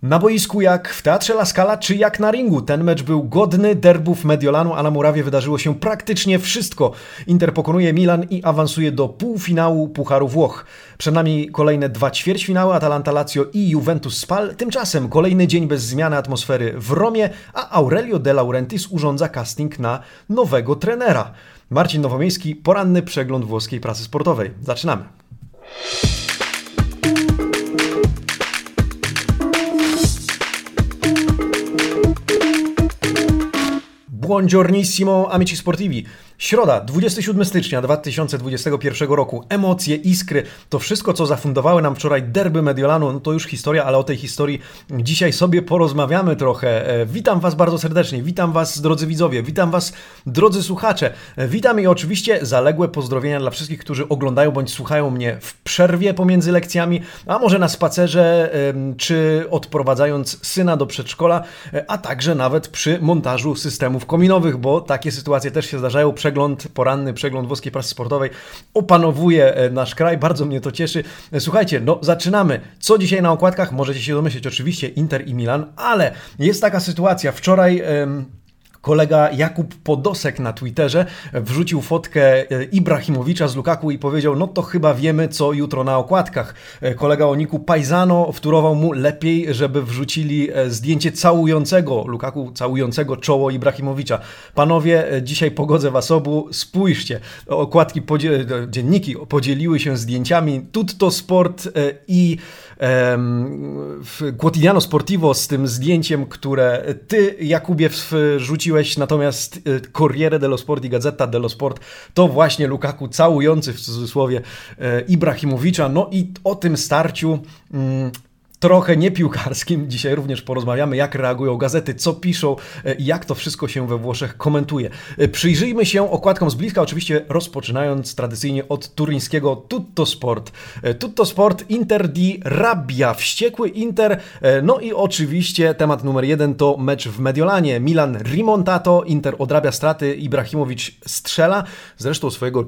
Na boisku jak w Teatrze La Scala, czy jak na ringu. Ten mecz był godny derbów Mediolanu, a na murawie wydarzyło się praktycznie wszystko. Inter pokonuje Milan i awansuje do półfinału Pucharu Włoch. Przed nami kolejne 2 ćwierćfinały, Atalanta Lazio i Juventus Spal. Tymczasem kolejny dzień bez zmiany atmosfery w Romie, a Aurelio De Laurentiis urządza casting na nowego trenera. Marcin Nowomiejski, poranny przegląd włoskiej prasy sportowej. Zaczynamy. Buongiornissimo amici sportivi. Środa, 27 stycznia 2021 roku. Emocje, iskry, to wszystko, co zafundowały nam wczoraj derby Mediolanu, no to już historia, ale o tej historii dzisiaj sobie porozmawiamy trochę. Witam Was bardzo serdecznie, witam Was drodzy widzowie, witam Was drodzy słuchacze. Witam i oczywiście zaległe pozdrowienia dla wszystkich, którzy oglądają bądź słuchają mnie w przerwie pomiędzy lekcjami, a może na spacerze, czy odprowadzając syna do przedszkola, a także nawet przy montażu systemów kominowych, bo takie sytuacje też się zdarzają. Poranny przegląd włoskiej prasy sportowej opanowuje nasz kraj, bardzo mnie to cieszy. Słuchajcie, no zaczynamy. Co dzisiaj na okładkach? Możecie się domyśleć, oczywiście Inter i Milan, ale jest taka sytuacja. Wczoraj kolega Jakub Podosek na Twitterze wrzucił fotkę Ibrahimowicza z Lukaku i powiedział, no to chyba wiemy, co jutro na okładkach. Kolega o niku Paisano wtórował mu lepiej, żeby wrzucili zdjęcie całującego Lukaku, całującego czoło Ibrahimowicza. Panowie, dzisiaj pogodzę was obu, spójrzcie. Okładki, dzienniki podzieliły się zdjęciami Tutto Sport i Quotidiano Sportivo z tym zdjęciem, które ty, Jakubie, wrzuciłeś, natomiast Corriere dello Sport i Gazzetta dello Sport to właśnie Lukaku całujący w cudzysłowie Ibrahimowicza. No i o tym starciu trochę niepiłkarskim dzisiaj również porozmawiamy, jak reagują gazety, co piszą i jak to wszystko się we Włoszech komentuje. Przyjrzyjmy się okładkom z bliska, oczywiście rozpoczynając tradycyjnie od turyńskiego Tutto Sport. Tutto Sport, Inter di Rabbia, wściekły Inter, no i oczywiście temat numer 1 to mecz w Mediolanie. Milan rimontato, Inter odrabia straty, Ibrahimowicz strzela, zresztą swojego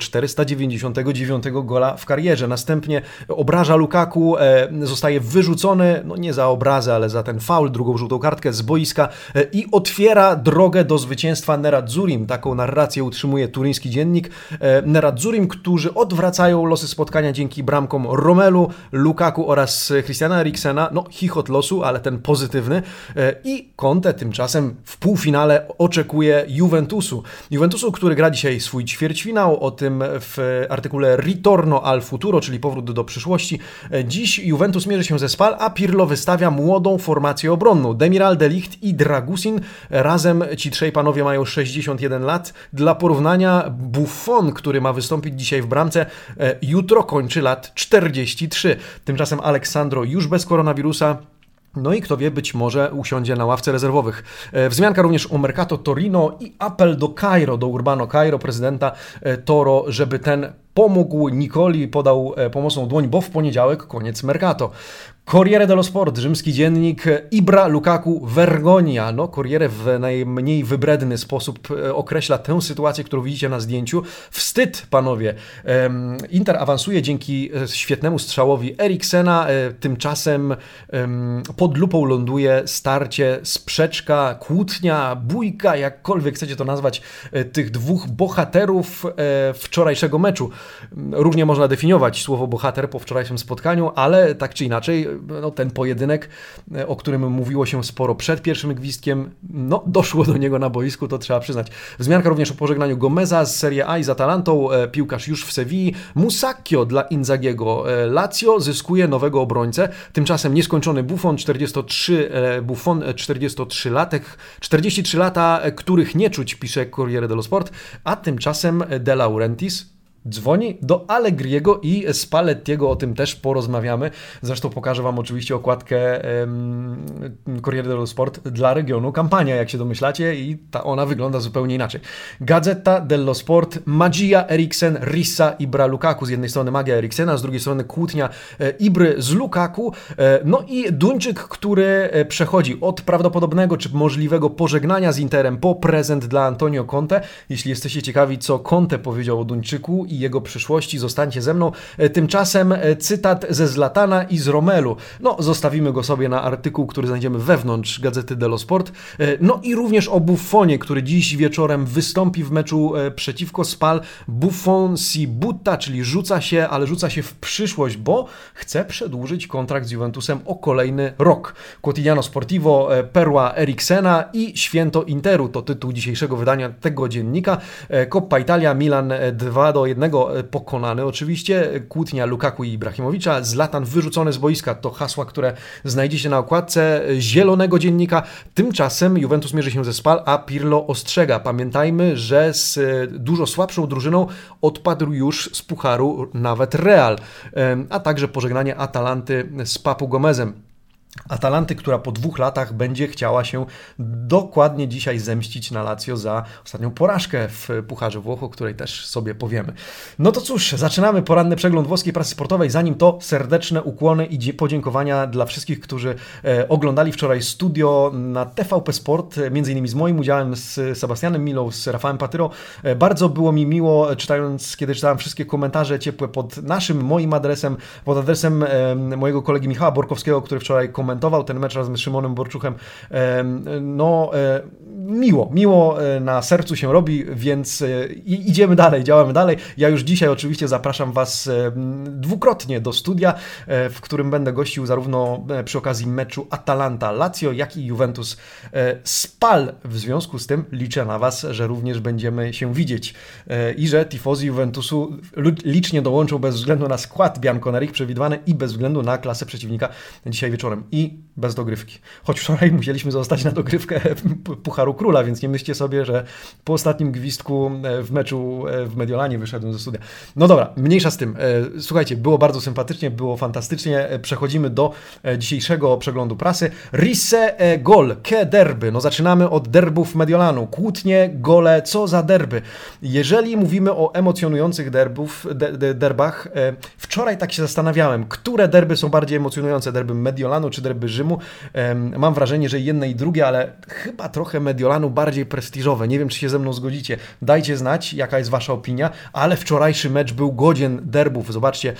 499 gola w karierze. Następnie obraża Lukaku, zostaje wyrzucony, no nie za obrazę, ale za ten faul, drugą żółtą kartkę z boiska i otwiera drogę do zwycięstwa Neradzurim. Taką narrację utrzymuje turyński dziennik. Neradzurim, którzy odwracają losy spotkania dzięki bramkom Romelu, Lukaku oraz Christiana Eriksena. No chichot losu, ale ten pozytywny. I Conte tymczasem w półfinale oczekuje Juventusu. Juventusu, który gra dzisiaj swój ćwierćfinał. O tym w artykule Ritorno al Futuro, czyli powrót do przyszłości. Dziś Juventus mierzy się ze Spal, a Pirlo wystawia młodą formację obronną. Demiral, De Ligt i Dragusin. Razem ci trzej panowie mają 61 lat. Dla porównania Buffon, który ma wystąpić dzisiaj w bramce, jutro kończy lat 43. Tymczasem Aleksandro już bez koronawirusa. No i kto wie, być może usiądzie na ławce rezerwowych. Wzmianka również o Mercato Torino i apel do Cairo, do Urbano Cairo, prezydenta Toro, żeby ten pomógł Nicoli, podał pomocną dłoń, bo w poniedziałek koniec Mercato. Corriere dello Sport, rzymski dziennik, Ibra, Lukaku, Vergogna. No, Corriere w najmniej wybredny sposób określa tę sytuację, którą widzicie na zdjęciu. Wstyd, panowie. Inter awansuje dzięki świetnemu strzałowi Eriksena. Tymczasem pod lupą ląduje starcie, sprzeczka, kłótnia, bójka, jakkolwiek chcecie to nazwać, tych dwóch bohaterów wczorajszego meczu. Różnie można definiować słowo bohater po wczorajszym spotkaniu, ale tak czy inaczej, no, ten pojedynek, o którym mówiło się sporo przed pierwszym gwizdkiem, no doszło do niego na boisku, to trzeba przyznać. Wzmianka również o pożegnaniu Gomeza z Serie A i z Atalantą, piłkarz już w Sewilli, Musacchio dla Inzagiego. Lazio zyskuje nowego obrońcę, tymczasem nieskończony Buffon, 43-latek, 43 lata, których nie czuć, pisze Corriere dello Sport, a tymczasem De Laurentiis dzwoni do Allegriego i Spallettiego, o tym też porozmawiamy. Zresztą pokażę Wam oczywiście okładkę Corriere dello Sport dla regionu Campania, jak się domyślacie, i ona wygląda zupełnie inaczej. Gazzetta dello Sport, magia Eriksen, Rissa, Ibra, Lukaku. Z jednej strony magia Eriksena, z drugiej strony kłótnia Ibry z Lukaku. No i Duńczyk, który przechodzi od prawdopodobnego czy możliwego pożegnania z Interem po prezent dla Antonio Conte. Jeśli jesteście ciekawi, co Conte powiedział o Duńczyku i i jego przyszłości. Zostańcie ze mną. Tymczasem cytat ze Zlatana i z Romelu. No, zostawimy go sobie na artykuł, który znajdziemy wewnątrz Gazety dello Sport. No i również o Buffonie, który dziś wieczorem wystąpi w meczu przeciwko Spal. Buffon si butta, czyli rzuca się, ale rzuca się w przyszłość, bo chce przedłużyć kontrakt z Juventusem o kolejny rok. Quotidiano Sportivo, perła Eriksena i święto Interu to tytuł dzisiejszego wydania tego dziennika. Coppa Italia, Milan 2-1 pokonany oczywiście. Kłótnia Lukaku i Ibrahimowicza. Zlatan wyrzucony z boiska to hasła, które znajdziecie na okładce zielonego dziennika. Tymczasem Juventus mierzy się ze Spal, a Pirlo ostrzega. Pamiętajmy, że z dużo słabszą drużyną odpadł już z pucharu nawet Real, a także pożegnanie Atalanty z Papu Gomezem. Atalanty, która po 2 latach będzie chciała się dokładnie dzisiaj zemścić na Lazio za ostatnią porażkę w Pucharze Włoch, o której też sobie powiemy. No to cóż, zaczynamy poranny przegląd włoskiej prasy sportowej. Zanim to serdeczne ukłony i podziękowania dla wszystkich, którzy oglądali wczoraj studio na TVP Sport, między innymi z moim udziałem, z Sebastianem Milą, z Rafałem Patyro. Bardzo było mi miło, kiedy czytałem wszystkie komentarze ciepłe pod moim adresem, pod adresem mojego kolegi Michała Borkowskiego, który wczoraj komentował ten mecz razem z Szymonem Borczuchem. Miło na sercu się robi, więc idziemy dalej, działamy dalej. Ja już dzisiaj oczywiście zapraszam Was dwukrotnie do studia, w którym będę gościł zarówno przy okazji meczu Atalanta-Lazio, jak i Juventus-Spal. W związku z tym liczę na Was, że również będziemy się widzieć i że tifosi Juventusu licznie dołączą bez względu na skład bianconerich przewidywany i bez względu na klasę przeciwnika dzisiaj wieczorem. I bez dogrywki. Choć wczoraj musieliśmy zostać na dogrywkę Pucharu Króla, więc nie myślcie sobie, że po ostatnim gwizdku w meczu w Mediolanie wyszedłem ze studia. No dobra, mniejsza z tym. Słuchajcie, było bardzo sympatycznie, było fantastycznie. Przechodzimy do dzisiejszego przeglądu prasy. Risse gol, che derby. No zaczynamy od derbów Mediolanu. Kłótnie, gole, co za derby. Jeżeli mówimy o emocjonujących derbach, wczoraj tak się zastanawiałem, które derby są bardziej emocjonujące, derby Mediolanu czy derby Rzymu. Mam wrażenie, że jedne i drugie, ale chyba trochę Mediolanu bardziej prestiżowe. Nie wiem, czy się ze mną zgodzicie. Dajcie znać, jaka jest Wasza opinia, ale wczorajszy mecz był godzien derbów. Zobaczcie,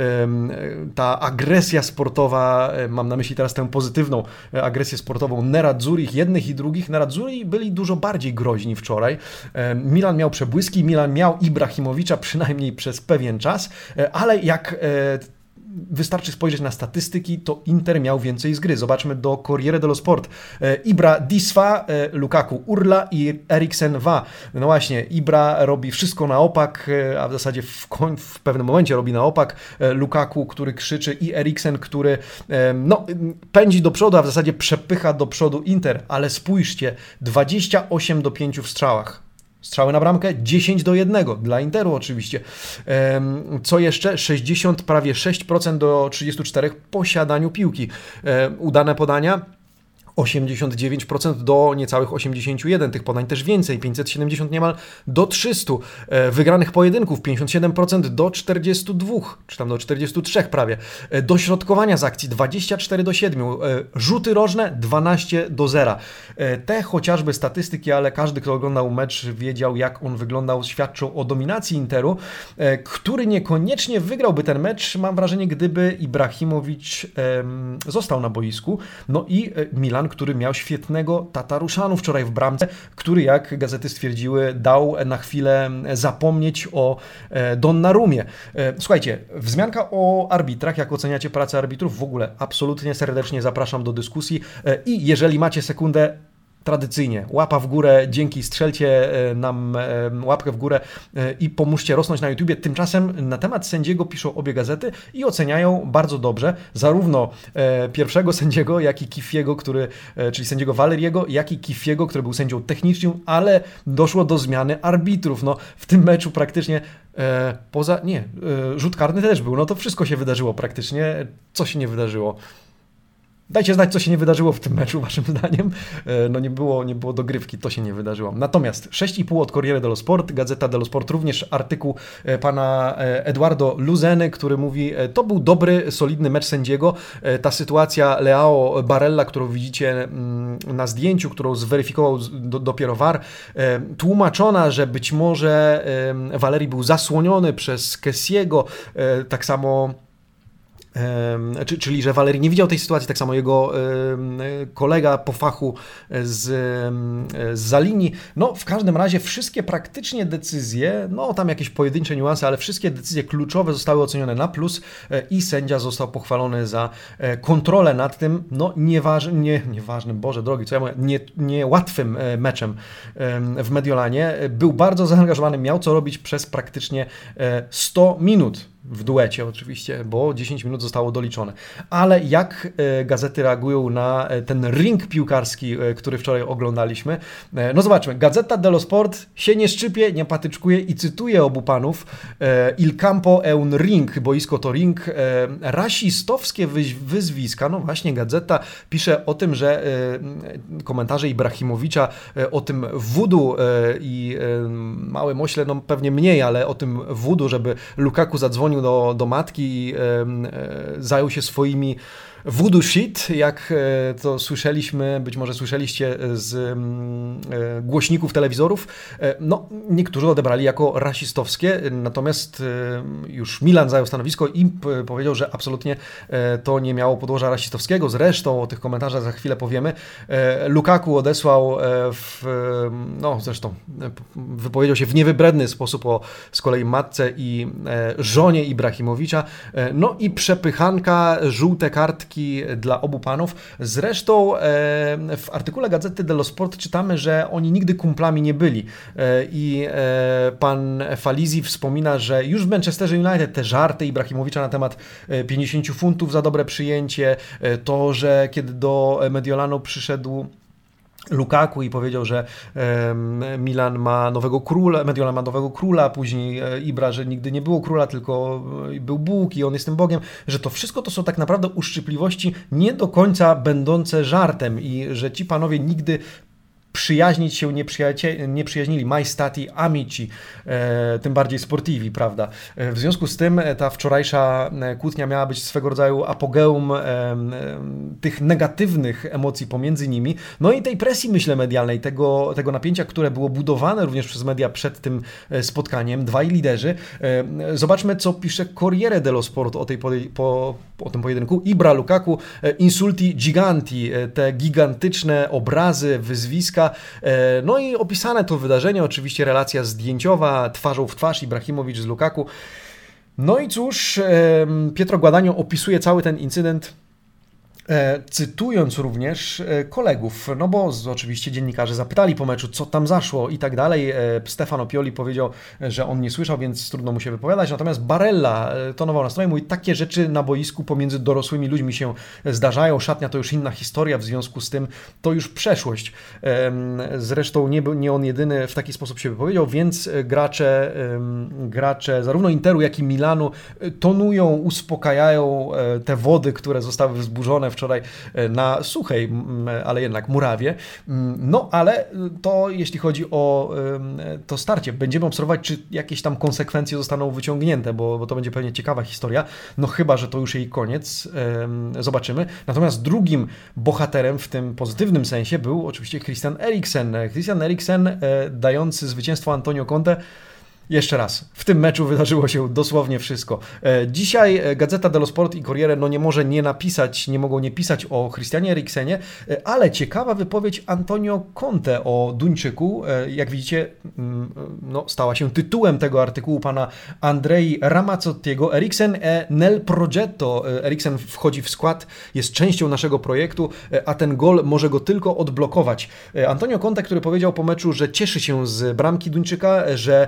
ta agresja sportowa, mam na myśli teraz tę pozytywną agresję sportową Nerazzurich, jednych i drugich. Nerazzurri byli dużo bardziej groźni wczoraj. Milan miał przebłyski, Milan miał Ibrahimowicza przynajmniej przez pewien czas, ale jak wystarczy spojrzeć na statystyki, to Inter miał więcej z gry. Zobaczmy do Corriere dello Sport. Ibra disfa, Lukaku urla i Eriksen va. No właśnie, Ibra robi wszystko na opak, a w zasadzie w pewnym momencie robi na opak. Lukaku, który krzyczy, i Eriksen, który pędzi do przodu, a w zasadzie przepycha do przodu Inter. Ale spójrzcie, 28-5 w strzałach. Strzały na bramkę 10-1 dla Interu oczywiście. Co jeszcze? 60, prawie 6% do 34% posiadaniu piłki. Udane podania 89% do niecałych 81%, tych podań też więcej, 570 niemal do 300, wygranych pojedynków 57% do 42, czy tam do 43 prawie, dośrodkowania z akcji 24-7, rzuty rożne 12-0. Te chociażby statystyki, ale każdy, kto oglądał mecz, wiedział, jak on wyglądał, świadczą o dominacji Interu, który niekoniecznie wygrałby ten mecz, mam wrażenie, gdyby Ibrahimowicz został na boisku. No i Milan, który miał świetnego Tataruszanu wczoraj w bramce, który, jak gazety stwierdziły, dał na chwilę zapomnieć o Donnarumie. Słuchajcie, wzmianka o arbitrach, jak oceniacie pracę arbitrów, w ogóle absolutnie serdecznie zapraszam do dyskusji i jeżeli macie sekundę, tradycyjnie łapa w górę, dzięki, strzelcie nam łapkę w górę i pomóżcie rosnąć na YouTubie. Tymczasem na temat sędziego piszą obie gazety i oceniają bardzo dobrze zarówno pierwszego sędziego, jak i Kifiego, czyli sędziego Valeriego, jak i Kifiego, który był sędzią technicznym, ale doszło do zmiany arbitrów. No, w tym meczu praktycznie rzut karny też był. No to wszystko się wydarzyło praktycznie. Co się nie wydarzyło? Dajcie znać, co się nie wydarzyło w tym meczu, waszym zdaniem. No nie było dogrywki, to się nie wydarzyło. Natomiast 6,5 od Corriere dello Sport, Gazeta dello Sport, również artykuł pana Eduardo Luzeny, który mówi, to był dobry, solidny mecz sędziego. Ta sytuacja Leao Barella, którą widzicie na zdjęciu, którą zweryfikował dopiero VAR, tłumaczona, że być może Valeri był zasłoniony przez Kessiego, tak samo... Czyli że Valeri nie widział tej sytuacji, tak samo jego kolega po fachu z linii. No w każdym razie wszystkie praktycznie decyzje, no tam jakieś pojedyncze niuanse, ale wszystkie decyzje kluczowe zostały ocenione na plus i sędzia został pochwalony za kontrolę nad tym, no nieważnym, Boże drogi, co ja mówię, niełatwym meczem w Mediolanie. Był bardzo zaangażowany, miał co robić przez praktycznie 100 minut. W duecie oczywiście, bo 10 minut zostało doliczone. Ale jak gazety reagują na ten ring piłkarski, który wczoraj oglądaliśmy? No zobaczmy, Gazeta dello Sport się nie szczypie, nie patyczkuje i cytuje obu panów. Il campo è un ring, boisko to ring. Rasistowskie wyzwiska, no właśnie Gazeta pisze o tym, że komentarze Ibrahimowicza o tym voodoo i małym ośle, no pewnie mniej, ale o tym voodoo, żeby Lukaku zadzwonił do matki i zajął się swoimi voodoo shit, jak to słyszeliśmy, być może słyszeliście z głośników telewizorów. No, niektórzy odebrali jako rasistowskie, natomiast już Milan zajął stanowisko i powiedział, że absolutnie to nie miało podłoża rasistowskiego. Zresztą o tych komentarzach za chwilę powiemy. Lukaku odesłał wypowiedział się w niewybredny sposób z kolei matce i żonie Ibrahimowicza. No i przepychanka, żółte kartki dla obu panów. Zresztą w artykule Gazety dello Sport czytamy, że oni nigdy kumplami nie byli. I pan Falizi wspomina, że już w Manchesterze United te żarty Ibrahimowicza na temat 50 funtów za dobre przyjęcie, to, że kiedy do Mediolanu przyszedł Lukaku i powiedział, że Mediolan ma nowego króla, później Ibra, że nigdy nie było króla, tylko był Bóg i on jest tym Bogiem, że to wszystko to są tak naprawdę uszczypliwości nie do końca będące żartem i że ci panowie nigdy przyjaźnić się nie przyjaźnili, mai stati amici, tym bardziej sportivi, prawda? W związku z tym ta wczorajsza kłótnia miała być swego rodzaju apogeum tych negatywnych emocji pomiędzy nimi, no i tej presji, myślę, medialnej, tego napięcia, które było budowane również przez media przed tym spotkaniem, dwaj liderzy. Zobaczmy, co pisze Corriere dello Sport o tym pojedynku. Ibra, Lukaku, insulti giganti, te gigantyczne obrazy, wyzwiska. No i opisane to wydarzenie, oczywiście relacja zdjęciowa, twarzą w twarz Ibrahimowicz z Lukaku. No i cóż, Pietro Guadagno opisuje cały ten incydent, cytując również kolegów, no bo oczywiście dziennikarze zapytali po meczu, co tam zaszło i tak dalej. Stefano Pioli powiedział, że on nie słyszał, więc trudno mu się wypowiadać, natomiast Barella tonował nastroje, mówi, takie rzeczy na boisku pomiędzy dorosłymi ludźmi się zdarzają, szatnia to już inna historia, w związku z tym to już przeszłość. Zresztą nie on jedyny w taki sposób się wypowiedział, więc gracze zarówno Interu, jak i Milanu tonują, uspokajają te wody, które zostały wzburzone wczoraj na suchej, ale jednak murawie. No ale to jeśli chodzi o to starcie, będziemy obserwować, czy jakieś tam konsekwencje zostaną wyciągnięte, bo to będzie pewnie ciekawa historia, no chyba, że to już jej koniec, zobaczymy. Natomiast drugim bohaterem w tym pozytywnym sensie był oczywiście Christian Eriksen. Christian Eriksen dający zwycięstwo Antonio Conte. Jeszcze raz, w tym meczu wydarzyło się dosłownie wszystko. Dzisiaj Gazeta dello Sport i Corriere nie mogą nie pisać o Christianie Eriksenie, ale ciekawa wypowiedź Antonio Conte o Duńczyku, jak widzicie, no, stała się tytułem tego artykułu pana Andrei Ramazzottiego. Eriksen è nel progetto. Eriksen wchodzi w skład, jest częścią naszego projektu, a ten gol może go tylko odblokować. Antonio Conte, który powiedział po meczu, że cieszy się z bramki Duńczyka, że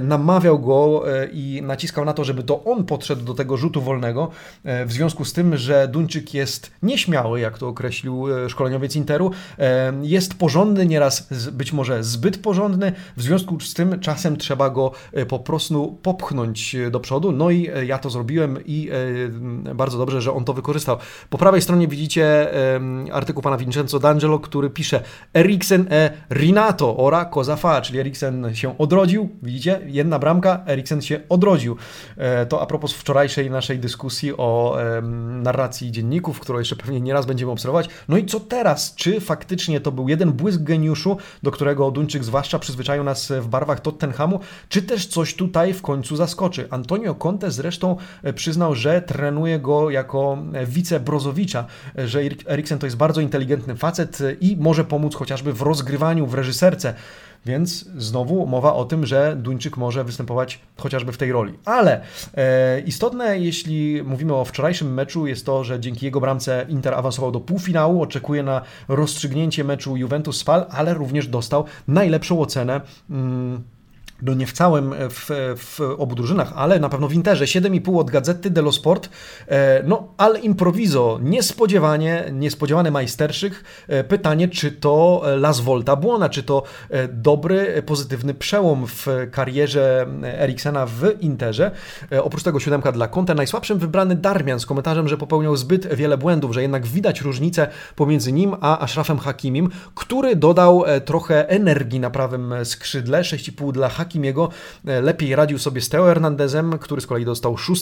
namawiał go i naciskał na to, żeby to on podszedł do tego rzutu wolnego, w związku z tym, że Duńczyk jest nieśmiały, jak to określił szkoleniowiec Interu, jest porządny, nieraz być może zbyt porządny, w związku z tym czasem trzeba go po prostu popchnąć do przodu, no i ja to zrobiłem i bardzo dobrze, że on to wykorzystał. Po prawej stronie widzicie artykuł pana Vincenzo D'Angelo, który pisze: Eriksen rinato ora cosa fa, czyli Eriksen się odrodził, widzicie? Jedna bramka, Eriksen się odrodził. To a propos wczorajszej naszej dyskusji o narracji dzienników, którą jeszcze pewnie nieraz będziemy obserwować. No i co teraz? Czy faktycznie to był jeden błysk geniuszu, do którego Duńczyk zwłaszcza przyzwyczaił nas w barwach Tottenhamu, czy też coś tutaj w końcu zaskoczy? Antonio Conte zresztą przyznał, że trenuje go jako wice Brozowicza, że Eriksen to jest bardzo inteligentny facet i może pomóc chociażby w rozgrywaniu, w reżyserce. Więc znowu mowa o tym, że Duńczyk może występować chociażby w tej roli. Ale istotne, jeśli mówimy o wczorajszym meczu, jest to, że dzięki jego bramce Inter awansował do półfinału, oczekuje na rozstrzygnięcie meczu Juventus-Spal, ale również dostał najlepszą ocenę. No nie w całym, w obu drużynach, ale na pewno w Interze. 7,5 od Gazety dello Sport. No, al improviso, niespodziewane majsterszyk. Pytanie, czy to la svolta buona, czy to dobry, pozytywny przełom w karierze Eriksena w Interze. Oprócz tego 7 dla Conte. Najsłabszym wybrany Darmian z komentarzem, że popełniał zbyt wiele błędów, że jednak widać różnicę pomiędzy nim a Ashrafem Hakimim, który dodał trochę energii na prawym skrzydle. 6,5 dla Hakimiego. Lepiej radził sobie z Theo Hernandezem, który z kolei dostał 6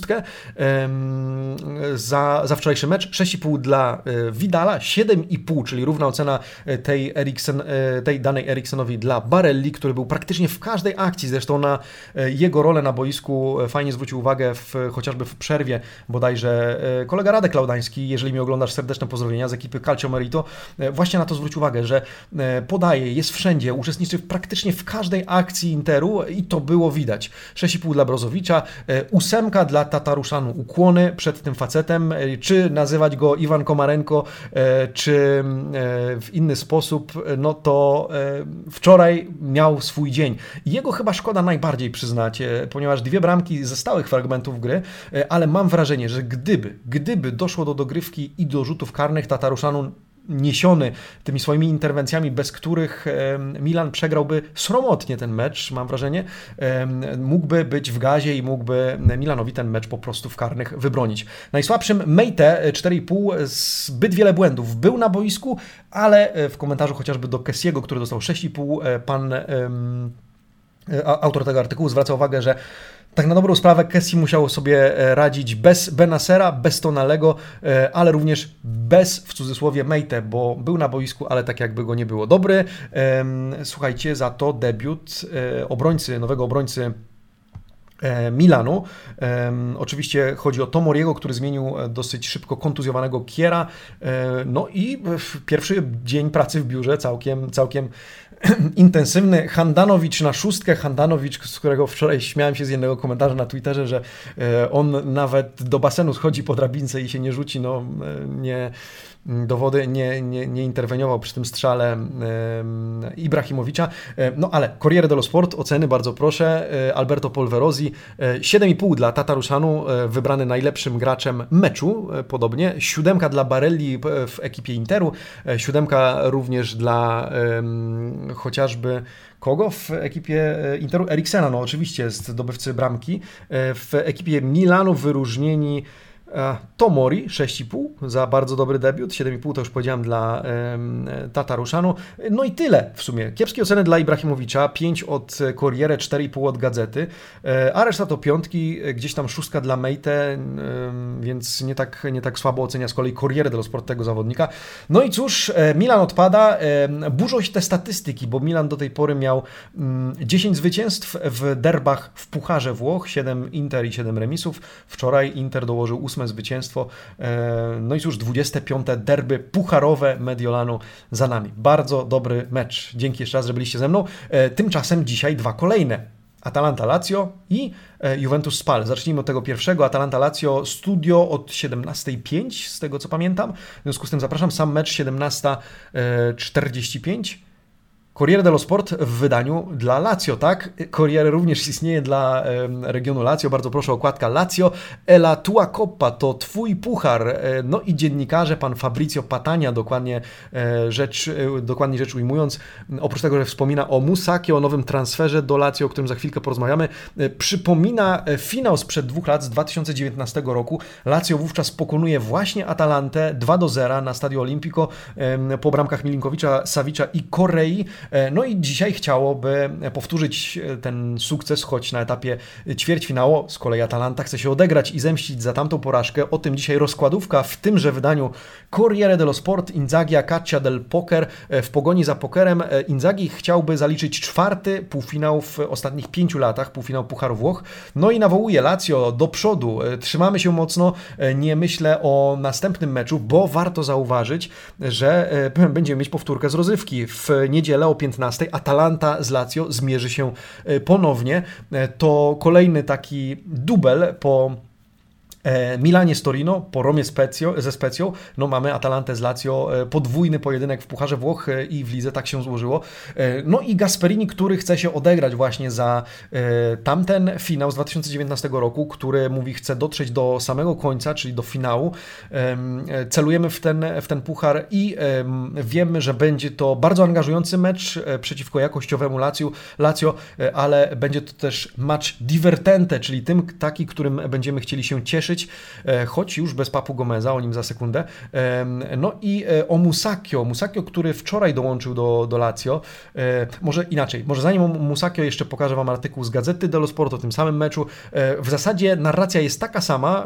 za wczorajszy mecz. 6,5 dla Vidala, 7,5, czyli równa ocena tej danej Eriksenowi dla Barelli, który był praktycznie w każdej akcji. Zresztą na jego rolę na boisku fajnie zwrócił uwagę chociażby w przerwie bodajże kolega Radek Laudański. Jeżeli mnie oglądasz, serdeczne pozdrowienia z ekipy Calcio Merito. Właśnie na to zwrócił uwagę, że podaje, jest wszędzie, uczestniczy praktycznie w każdej akcji Interu i to było widać. 6,5 dla Brozowicza, 8 dla Tataruszanu. Ukłony przed tym facetem, czy nazywać go Iwan Komarenko, czy w inny sposób, no to wczoraj miał swój dzień. I jego chyba szkoda najbardziej przyznać, ponieważ 2 bramki ze stałych fragmentów gry, ale mam wrażenie, że gdyby doszło do dogrywki i do rzutów karnych, Tataruszanu niesiony tymi swoimi interwencjami, bez których Milan przegrałby sromotnie ten mecz, mam wrażenie, mógłby być w gazie i mógłby Milanowi ten mecz po prostu w karnych wybronić. Najsłabszym Meite 4,5, zbyt wiele błędów. Był na boisku, ale w komentarzu chociażby do Kessiego, który dostał 6,5, pan autor tego artykułu zwraca uwagę, że tak na dobrą sprawę Kessie musiał sobie radzić bez Benacera, bez Tonalego, ale również bez, w cudzysłowie, Meite, bo był na boisku, ale tak jakby go nie było. Dobry, słuchajcie, za to debiut nowego obrońcy Milanu. Oczywiście chodzi o Tomoriego, który zmienił dosyć szybko kontuzjowanego Kiera. No i pierwszy dzień pracy w biurze całkiem intensywny. Handanowicz na 6. Handanowicz, z którego wczoraj śmiałem się z jednego komentarza na Twitterze, że on nawet do basenu schodzi po drabince i się nie rzuci, do wody, nie interweniował przy tym strzale Ibrahimowicza. No ale Corriere dello Sport, oceny bardzo proszę. Alberto Polverosi, 7,5 dla Tataruszanu, wybrany najlepszym graczem meczu, podobnie. 7 dla Barelli w ekipie Interu, 7 również dla chociażby kogo w ekipie Interu? Eriksena, no oczywiście, zdobywcy bramki. W ekipie Milanu wyróżnieni Tomori 6,5 za bardzo dobry debiut, 7,5 to już powiedziałem dla Tataruszanu. No i tyle w sumie. Kiepskie oceny dla Ibrahimowicza, 5 od Corriere, 4,5 od Gazety, a reszta to 5, gdzieś tam 6 dla Meite, więc nie tak słabo ocenia z kolei Corriere dello Sport tego zawodnika. No i cóż, Milan odpada, burzą się te statystyki, bo Milan do tej pory miał 10 zwycięstw w derbach w Pucharze Włoch, 7 Inter i 7 remisów. Wczoraj Inter dołożył 8 zwycięstwo. No i cóż, 25. derby pucharowe Mediolanu za nami. Bardzo dobry mecz. Dzięki jeszcze raz, że byliście ze mną. Tymczasem dzisiaj 2 kolejne. Atalanta-Lazio i Juventus-Spal. Zacznijmy od tego pierwszego. Atalanta-Lazio studio od 17:05, z tego co pamiętam. W związku z tym zapraszam. Sam mecz 17:45. Corriere dello Sport w wydaniu dla Lazio, tak? Corriere również istnieje dla regionu Lazio. Bardzo proszę, okładka Lazio. E la tua coppa, to twój puchar. No i dziennikarze, pan Fabrizio Patania, dokładnie rzecz ujmując, oprócz tego, że wspomina o Musacchio, o nowym transferze do Lazio, o którym za chwilkę porozmawiamy, przypomina finał sprzed 2 lat, z 2019 roku. Lazio wówczas pokonuje właśnie Atalantę 2-0 na Stadio Olimpico po bramkach Milinkowicza, Savicza i Correi. No i dzisiaj chciałoby powtórzyć ten sukces, choć na etapie ćwierćfinału. Z kolei Atalanta chce się odegrać i zemścić za tamtą porażkę. O tym dzisiaj rozkładówka w tymże wydaniu Corriere dello Sport. Inzaghi a caccia del poker. W pogoni za pokerem Inzaghi chciałby zaliczyć 4. półfinał w ostatnich 5 latach, półfinał Pucharu Włoch. No i nawołuje Lazio do przodu. Trzymamy się mocno. Nie myślę o następnym meczu, bo warto zauważyć, że będziemy mieć powtórkę z rozrywki. W niedzielę o 15:00 Atalanta z Lazio zmierzy się ponownie. To kolejny taki dubel po Milanie z Torino, po Romie ze Specją. No mamy Atalantę z Lazio, podwójny pojedynek w Pucharze Włoch i w lidze, tak się złożyło. No i Gasperini, który chce się odegrać właśnie za tamten finał z 2019 roku, który mówi, chce dotrzeć do samego końca, czyli do finału. Celujemy w ten puchar i wiemy, że będzie to bardzo angażujący mecz przeciwko jakościowemu Lazio, ale będzie to też mecz divertente, czyli taki, którym będziemy chcieli się cieszyć, choć już bez Papu Gomeza, o nim za sekundę. No i o Musacchio, który wczoraj dołączył do Lazio. Może inaczej, może zanim o Musacchio jeszcze pokażę Wam artykuł z Gazety dello Sport o tym samym meczu. W zasadzie narracja jest taka sama,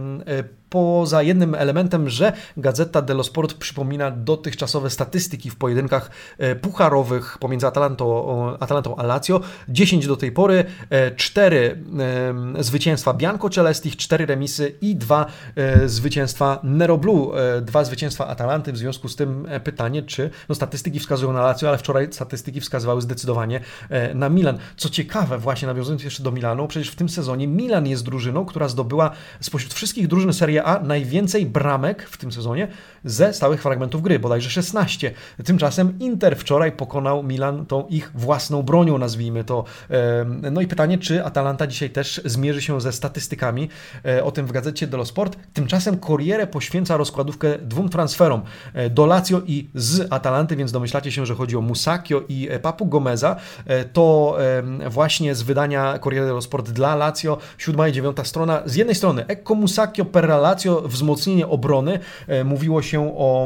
poza jednym elementem, że Gazeta dello Sport przypomina dotychczasowe statystyki w pojedynkach pucharowych pomiędzy Atalantą a Lazio. 10 do tej pory, 4 zwycięstwa Biancocelestich, 4 remisy i 2 zwycięstwa Nero Blu, 2 zwycięstwa Atalanty. W związku z tym pytanie, czy statystyki wskazują na Lazio, ale wczoraj statystyki wskazywały zdecydowanie na Milan. Co ciekawe, właśnie nawiązując jeszcze do Milanu, przecież w tym sezonie Milan jest drużyną, która zdobyła spośród wszystkich drużyn Serie A najwięcej bramek w tym sezonie ze stałych fragmentów gry, bodajże 16. Tymczasem Inter wczoraj pokonał Milan tą ich własną bronią, nazwijmy to. No i pytanie, czy Atalanta dzisiaj też zmierzy się ze statystykami. O tym w Gazecie dello Sport. Tymczasem Corriere poświęca rozkładówkę 2 transferom do Lazio i z Atalanty, więc domyślacie się, że chodzi o Musacchio i Papu Gomeza. To właśnie z wydania Corriere dello Sport dla Lazio, 7. i 9. strona. Z jednej strony Ecco Musacchio per la Lazio, wzmocnienie obrony. Mówiło się o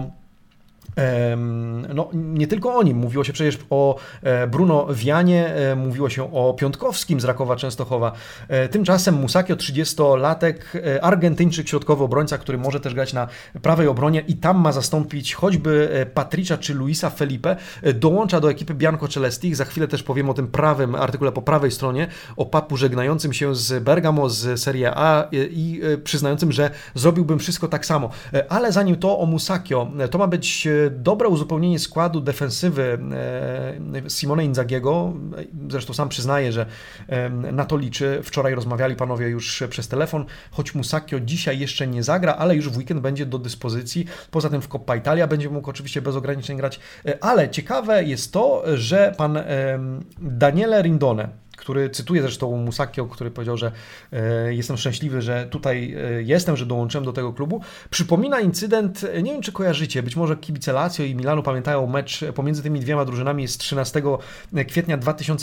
no, nie tylko o nim, mówiło się przecież o Bruno Vianie, mówiło się o Piątkowskim z Rakowa Częstochowa. Tymczasem Musacchio, 30-latek, Argentyńczyk, środkowy obrońca, który może też grać na prawej obronie i tam ma zastąpić choćby Patricia czy Luisa Felipe, dołącza do ekipy Biancocelestich. Za chwilę też powiem o tym prawym artykule po prawej stronie, o Papu żegnającym się z Bergamo, z Serie A i przyznającym, że zrobiłbym wszystko tak samo. Ale zanim to o Musacchio, to ma być dobre uzupełnienie składu defensywy Simone Inzaghiego. Zresztą sam przyznaje, że na to liczy. Wczoraj rozmawiali panowie już przez telefon, choć Musacchio dzisiaj jeszcze nie zagra, ale już w weekend będzie do dyspozycji. Poza tym w Coppa Italia będzie mógł oczywiście bez ograniczeń grać. Ale ciekawe jest to, że pan Daniele Rindone, który cytuje zresztą Musacchio, który powiedział, że jestem szczęśliwy, że tutaj jestem, że dołączyłem do tego klubu. Przypomina incydent, nie wiem czy kojarzycie, być może kibice Lazio i Milanu pamiętają mecz pomiędzy tymi dwiema drużynami z 13 kwietnia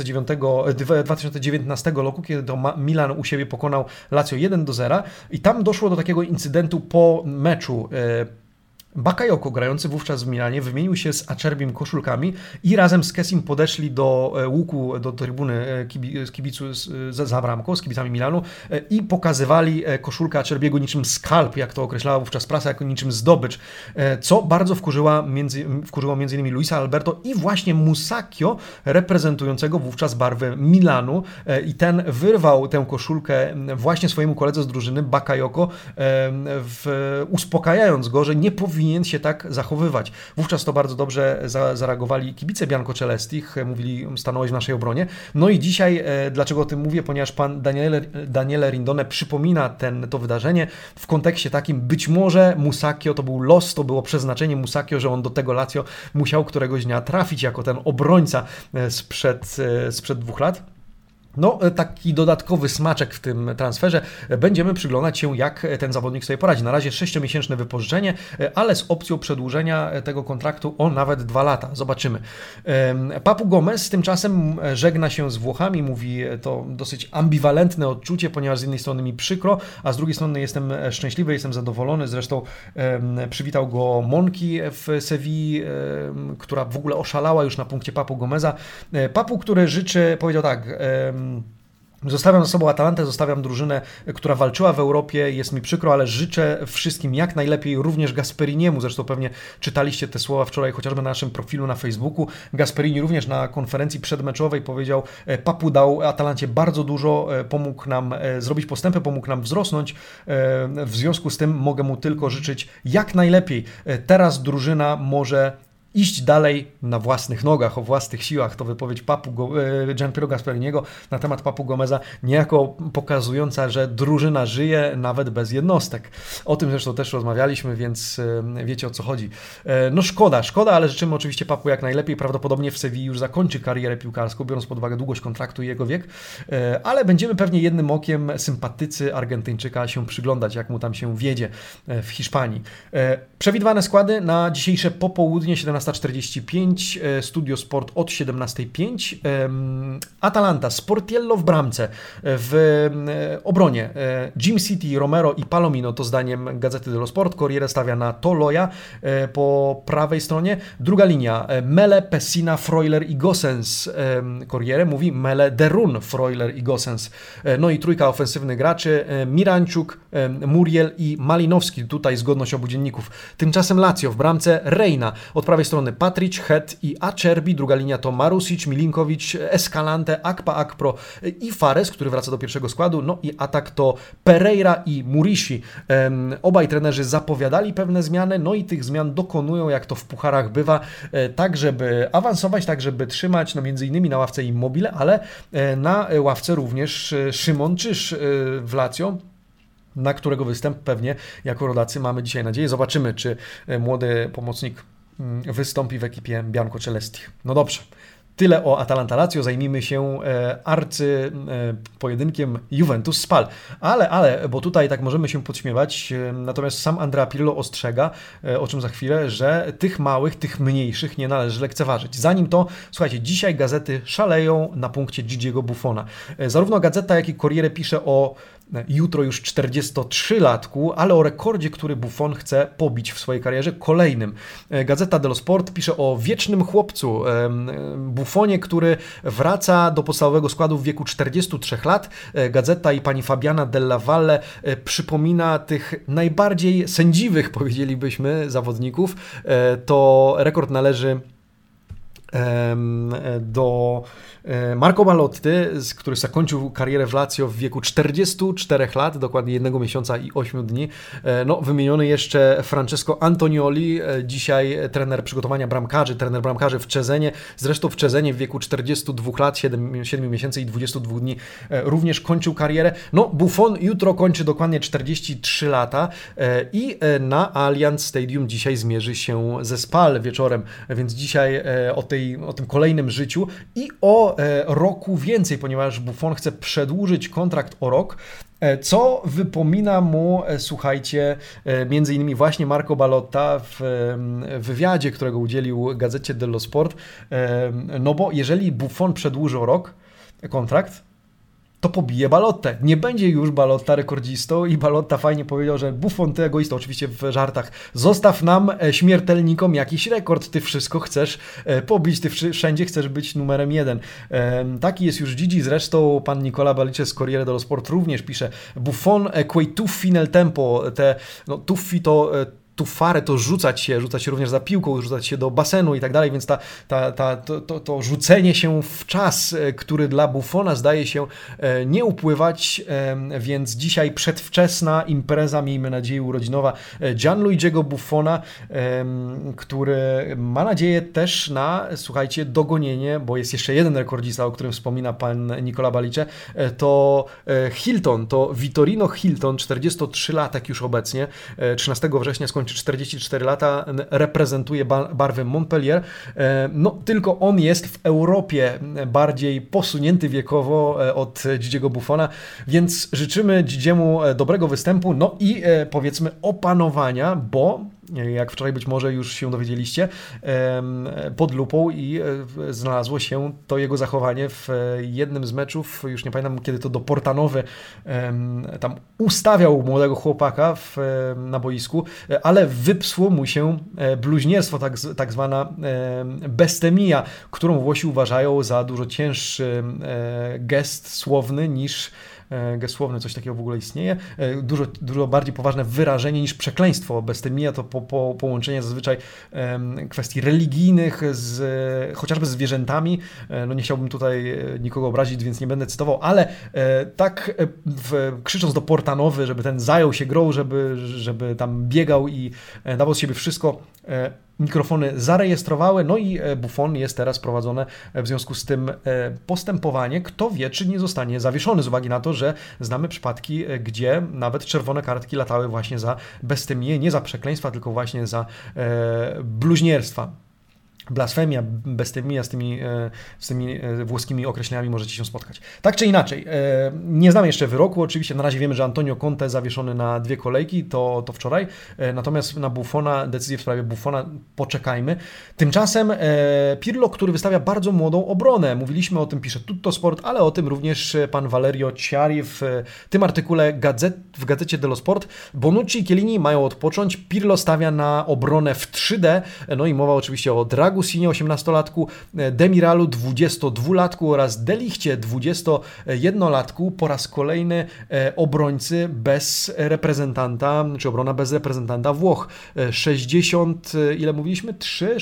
2019 roku, kiedy to Milan u siebie pokonał Lazio 1-0 i tam doszło do takiego incydentu po meczu. Bakayoko, grający wówczas w Milanie, wymienił się z Acerbim koszulkami i razem z Kessim podeszli do łuku, do trybuny za bramką, z kibicami Milanu i pokazywali koszulkę Acerbiego niczym skalp, jak to określała wówczas prasa, jako niczym zdobycz, co bardzo wkurzyło m.in. Luisa Alberto i właśnie Musacchio, reprezentującego wówczas barwy Milanu, i ten wyrwał tę koszulkę właśnie swojemu koledze z drużyny, Bakayoko, uspokajając go, że nie powinien powinien się tak zachowywać. Wówczas to bardzo dobrze zareagowali kibice Biancocelestich, mówili, stanąłeś w naszej obronie. No i dzisiaj, dlaczego o tym mówię? Ponieważ pan Daniele Rindone przypomina to wydarzenie w kontekście takim, być może Musacchio to był los, to było przeznaczenie Musacchio, że on do tego Lazio musiał któregoś dnia trafić jako ten obrońca sprzed 2 lat. No, taki dodatkowy smaczek w tym transferze. Będziemy przyglądać się, jak ten zawodnik sobie poradzi. Na razie 6-miesięczne wypożyczenie, ale z opcją przedłużenia tego kontraktu o nawet 2 lata. Zobaczymy. Papu Gomez tymczasem żegna się z Włochami. Mówi to dosyć ambiwalentne odczucie, ponieważ z jednej strony mi przykro, a z drugiej strony jestem szczęśliwy, jestem zadowolony. Zresztą przywitał go Monki w Sewilli, która w ogóle oszalała już na punkcie Papu Gomeza. Papu, który życzy, powiedział tak: zostawiam za sobą Atalantę, zostawiam drużynę, która walczyła w Europie, jest mi przykro, ale życzę wszystkim jak najlepiej, również Gasperiniemu. Zresztą pewnie czytaliście te słowa wczoraj chociażby na naszym profilu na Facebooku. Gasperini również na konferencji przedmeczowej powiedział: Papu dał Atalancie bardzo dużo, pomógł nam zrobić postępy, pomógł nam wzrosnąć. W związku z tym mogę mu tylko życzyć jak najlepiej. Teraz drużyna może iść dalej na własnych nogach, o własnych siłach. To wypowiedź Gianpiero Gasperiniego na temat Papu Gomeza, niejako pokazująca, że drużyna żyje nawet bez jednostek. O tym zresztą też rozmawialiśmy, więc wiecie, o co chodzi. No szkoda, ale życzymy oczywiście Papu jak najlepiej. Prawdopodobnie w Sewilli już zakończy karierę piłkarską, biorąc pod uwagę długość kontraktu i jego wiek, ale będziemy pewnie jednym okiem sympatycy Argentyńczyka się przyglądać, jak mu tam się wiedzie w Hiszpanii. Przewidywane składy na dzisiejsze popołudnie 17:45, Studio Sport od 17:05, Atalanta, Sportiello w bramce, w obronie Jim City, Romero i Palomino, to zdaniem Gazety dello Sport. Corriere stawia na Toloja po prawej stronie. Druga linia Mele, Pessina, Freuler i Gosens. Corriere mówi Mele, Derun, Freuler i Gosens. No i trójka ofensywnych graczy Miranciuk, Muriel i Malinowski. Tutaj zgodność obu dzienników. Tymczasem Lazio w bramce Reina. Od prawej strony Patric, Het i Acerbi. Druga linia to Marusic, Milinkovic, Escalante, Akpa-Akpro i Fares, który wraca do pierwszego składu. No i atak to Pereira i Murishi. Obaj trenerzy zapowiadali pewne zmiany, no i tych zmian dokonują, jak to w pucharach bywa, tak żeby awansować, tak żeby trzymać, no między innymi na ławce Immobile, ale na ławce również Szymon Czyż w Lazio, na którego występ pewnie jako rodacy mamy dzisiaj nadzieję. Zobaczymy, czy młody pomocnik wystąpi w ekipie Biancocelestich. No dobrze, tyle o Atalanta Lazio. Zajmijmy się pojedynkiem Juventus Spal. Ale, bo tutaj tak możemy się podśmiewać, natomiast sam Andrea Pirlo ostrzega, o czym za chwilę, że tych małych, tych mniejszych nie należy lekceważyć. Zanim to, słuchajcie, dzisiaj gazety szaleją na punkcie Gigiego Buffona. Zarówno Gazeta, jak i Corriere pisze o jutro już 43-latku, ale o rekordzie, który Buffon chce pobić w swojej karierze, kolejnym. Gazeta dello Sport pisze o wiecznym chłopcu, Buffonie, który wraca do podstawowego składu w wieku 43 lat. Gazeta i pani Fabiana Della Valle przypomina tych najbardziej sędziwych, powiedzielibyśmy, zawodników. To rekord należy do Marco Ballotti, który zakończył karierę w Lazio w wieku 44 lat, dokładnie 1 miesiąca i 8 dni. No, wymieniony jeszcze Francesco Antonioli, dzisiaj trener przygotowania bramkarzy, trener bramkarzy w Cesenie. Zresztą w Cesenie w wieku 42 lat, 7 miesięcy i 22 dni również kończył karierę. No, Buffon jutro kończy dokładnie 43 lata i na Allianz Stadium dzisiaj zmierzy się ze Spal wieczorem, więc dzisiaj o tym kolejnym życiu i o roku więcej, ponieważ Buffon chce przedłużyć kontrakt o rok, co wypomina mu, słuchajcie, między innymi właśnie Marco Ballotta w wywiadzie, którego udzielił Gazecie dello Sport, no bo jeżeli Buffon przedłuży o rok kontrakt, to pobije Ballottę. Nie będzie już Ballotta rekordzistą i Ballotta fajnie powiedział, że Buffon, ty egoista, oczywiście w żartach, zostaw nam, śmiertelnikom, jakiś rekord, ty wszystko chcesz pobić, ty wszędzie chcesz być numerem 1. Taki jest już Gigi, zresztą pan Nicola Balice z Corriere dello Sport również pisze: Buffon quei tuffi nel tempo, te tuffi to tu farę, to rzucać się również za piłką, rzucać się do basenu i tak dalej, więc to rzucenie się w czas, który dla Buffona zdaje się nie upływać, więc dzisiaj przedwczesna impreza, miejmy nadzieję urodzinowa Gianluigiego Buffona, który ma nadzieję też na, słuchajcie, dogonienie, bo jest jeszcze jeden rekordzista, o którym wspomina pan Nicola Balice, to Hilton, to Vitorino Hilton, 43-latek już obecnie, 13 września skończy 44 lata, reprezentuje barwy Montpellier. No tylko on jest w Europie bardziej posunięty wiekowo od Gigiego Buffona, więc życzymy Gigiemu dobrego występu, no i powiedzmy opanowania, bo jak wczoraj być może już się dowiedzieliście, pod lupą i znalazło się to jego zachowanie w jednym z meczów, już nie pamiętam kiedy to do Portanowy tam ustawiał młodego chłopaka na boisku, ale wypsło mu się bluźnierstwo, tak zwana bestemia, którą Włosi uważają za dużo cięższy gest słowny niż gest słowny, coś takiego w ogóle istnieje, dużo bardziej poważne wyrażenie niż przekleństwo. Bestemia to połączenie zazwyczaj kwestii religijnych chociażby z zwierzętami. No nie chciałbym tutaj nikogo obrazić, więc nie będę cytował, ale tak krzycząc do Portanowy, żeby ten zajął się grą, żeby tam biegał i dawał z siebie wszystko, mikrofony zarejestrowały, no i Buffon jest teraz prowadzone w związku z tym postępowanie. Kto wie, czy nie zostanie zawieszony z uwagi na to, że znamy przypadki, gdzie nawet czerwone kartki latały właśnie za bestemię, nie za przekleństwa, tylko właśnie za bluźnierstwa. Blasfemia, bestemia, z tymi włoskimi określeniami możecie się spotkać. Tak czy inaczej, nie znamy jeszcze wyroku, oczywiście na razie wiemy, że Antonio Conte zawieszony na 2 kolejki, to wczoraj, natomiast na Buffona, decyzję w sprawie Buffona poczekajmy. Tymczasem Pirlo, który wystawia bardzo młodą obronę, mówiliśmy o tym, pisze Tuttosport, ale o tym również pan Valerio Chiari w tym artykule w gazecie dello Sport. Bonucci i Chiellini mają odpocząć, Pirlo stawia na obronę w 3D, no i mowa oczywiście o Dragusinie, 18-latku, Demiralu, 22-latku oraz Delichcie, 21-latku. Po raz kolejny obrońcy bez reprezentanta, czy obrona bez reprezentanta Włoch. 60, ile mówiliśmy?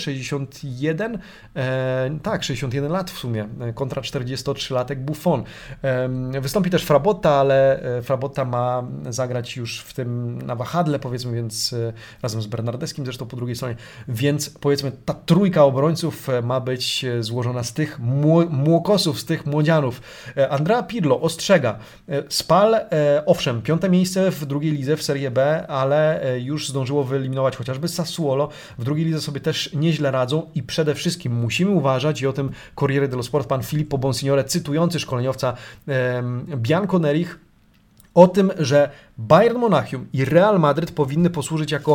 61? Tak, 61 lat w sumie, kontra 43-latek Buffon. Wystąpi też Frabotta, ale Frabotta ma zagrać już w tym na wahadle, powiedzmy, więc razem z Bernardeskim zresztą po drugiej stronie, więc powiedzmy ta trójka obrońców ma być złożona z tych młokosów, z tych młodzianów. Andrea Pirlo ostrzega. Spal, owszem, 5. miejsce w drugiej lidze w Serie B, ale już zdążyło wyeliminować chociażby Sassuolo. W drugiej lidze sobie też nieźle radzą i przede wszystkim musimy uważać, i o tym Corriere dello Sport pan Filippo Bonsignore, cytujący szkoleniowca Bianconerich, o tym, że Bayern Monachium i Real Madryt powinny posłużyć jako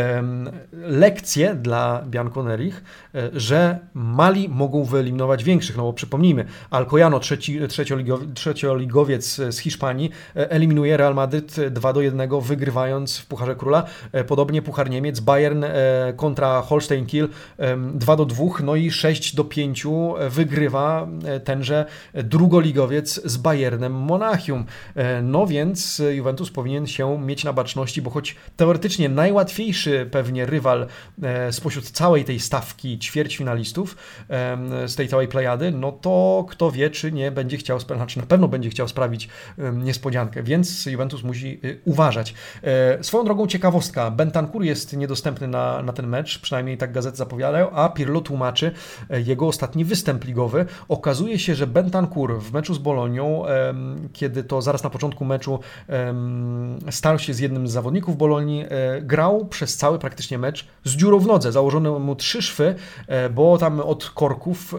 lekcje dla Bianconerich, że mali mogą wyeliminować większych. No bo przypomnijmy, Alcoyano, trzecioligowiec z Hiszpanii, eliminuje Real Madryt 2-1, wygrywając w Pucharze Króla. Podobnie Puchar Niemiec, Bayern kontra Holstein Kiel 2-2, no i 6-5 wygrywa tenże drugoligowiec z Bayernem Monachium. No więc Juventus powinien się mieć na baczności, bo choć teoretycznie najłatwiejszy pewnie rywal spośród całej tej stawki ćwierćfinalistów, z tej całej plejady, no to kto wie, czy nie będzie chciał, znaczy na pewno będzie chciał sprawić niespodziankę, więc Juventus musi uważać. Swoją drogą ciekawostka, Bentancur jest niedostępny na ten mecz, przynajmniej tak gazety zapowiadają, a Pirlo tłumaczy jego ostatni występ ligowy. Okazuje się, że Bentancur w meczu z Bolonią, kiedy to zaraz na początku meczu starł się z jednym z zawodników Bolonii, grał przez cały praktycznie mecz z dziurą w nodze. Założono mu 3 szwy, bo tam od korków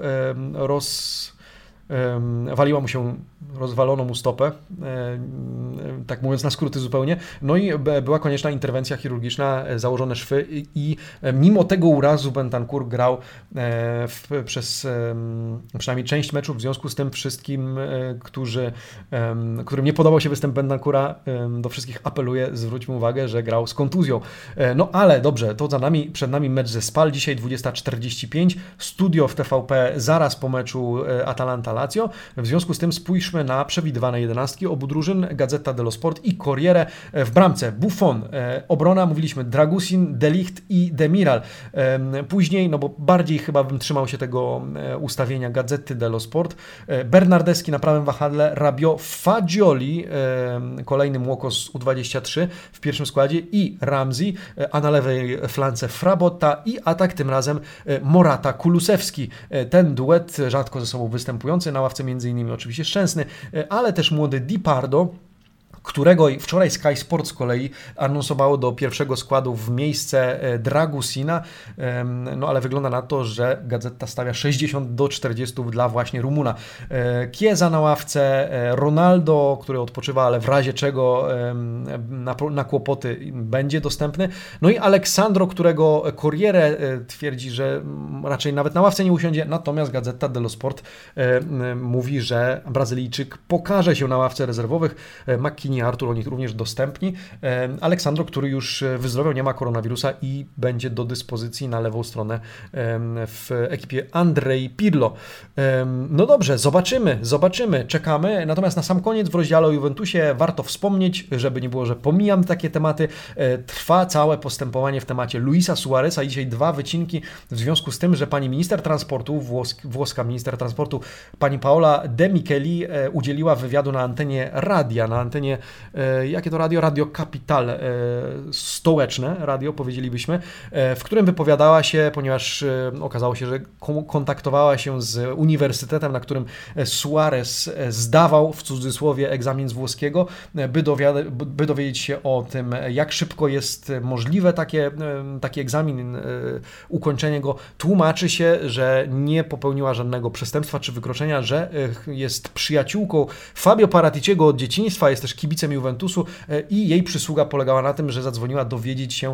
rozwalono mu stopę, tak mówiąc na skróty zupełnie, no i była konieczna interwencja chirurgiczna, założone szwy i mimo tego urazu Bentancur grał przez przynajmniej część meczów. W związku z tym wszystkim, którym nie podobał się występ Bentancura, do wszystkich apeluję, zwróćmy uwagę, że grał z kontuzją. No ale dobrze, to za nami, przed nami mecz ze Spal, dzisiaj 20:45, studio w TVP zaraz po meczu Atalanta Lazio. W związku z tym spójrzmy na przewidywane 11 obu drużyn, Gazzetta dello Sport i Corriere. W bramce Buffon, obrona mówiliśmy Dragusin, De Ligt i Demiral. Później, no bo bardziej chyba bym trzymał się tego ustawienia Gazety dello Sport, Bernardeschi na prawym wahadle, Rabiot, Fagioli, kolejny młokos U23 w pierwszym składzie i Ramsey, a na lewej flance Frabotta i atak tym razem Morata, Kulusewski. Ten duet rzadko ze sobą występujący, na ławce m.in. oczywiście Szczęsny, ale też młody Di Pardo, którego wczoraj Sky Sports z kolei anonsowało do pierwszego składu w miejsce Dragusina, no ale wygląda na to, że Gazeta stawia 60-40 dla właśnie Rumuna. Chiesa na ławce, Ronaldo, który odpoczywa, ale w razie czego na kłopoty będzie dostępny, no i Alessandro, którego Corriere twierdzi, że raczej nawet na ławce nie usiądzie, natomiast Gazzetta dello Sport mówi, że Brazylijczyk pokaże się na ławce rezerwowych. McKinney, Artur, oni również dostępni. Aleksandro, który już wyzdrowiał, nie ma koronawirusa i będzie do dyspozycji na lewą stronę w ekipie Andrej Pirlo. No dobrze, zobaczymy, czekamy. Natomiast na sam koniec w rozdziale o Juventusie warto wspomnieć, żeby nie było, że pomijam takie tematy, trwa całe postępowanie w temacie Luisa Suareza i dzisiaj 2 wycinki w związku z tym, że pani minister transportu, włoska minister transportu, pani Paola De Micheli udzieliła wywiadu na antenie radia, na antenie, jakie to radio? Radio Capital, stołeczne radio, powiedzielibyśmy, w którym wypowiadała się, ponieważ okazało się, że kontaktowała się z uniwersytetem, na którym Suarez zdawał, w cudzysłowie, egzamin z włoskiego, by dowiedzieć się o tym, jak szybko jest możliwe taki egzamin, ukończenie go. Tłumaczy się, że nie popełniła żadnego przestępstwa czy wykroczenia, że jest przyjaciółką Fabio Paraticiego od dzieciństwa, jest też kibicem Juventusu i jej przysługa polegała na tym, że zadzwoniła dowiedzieć się,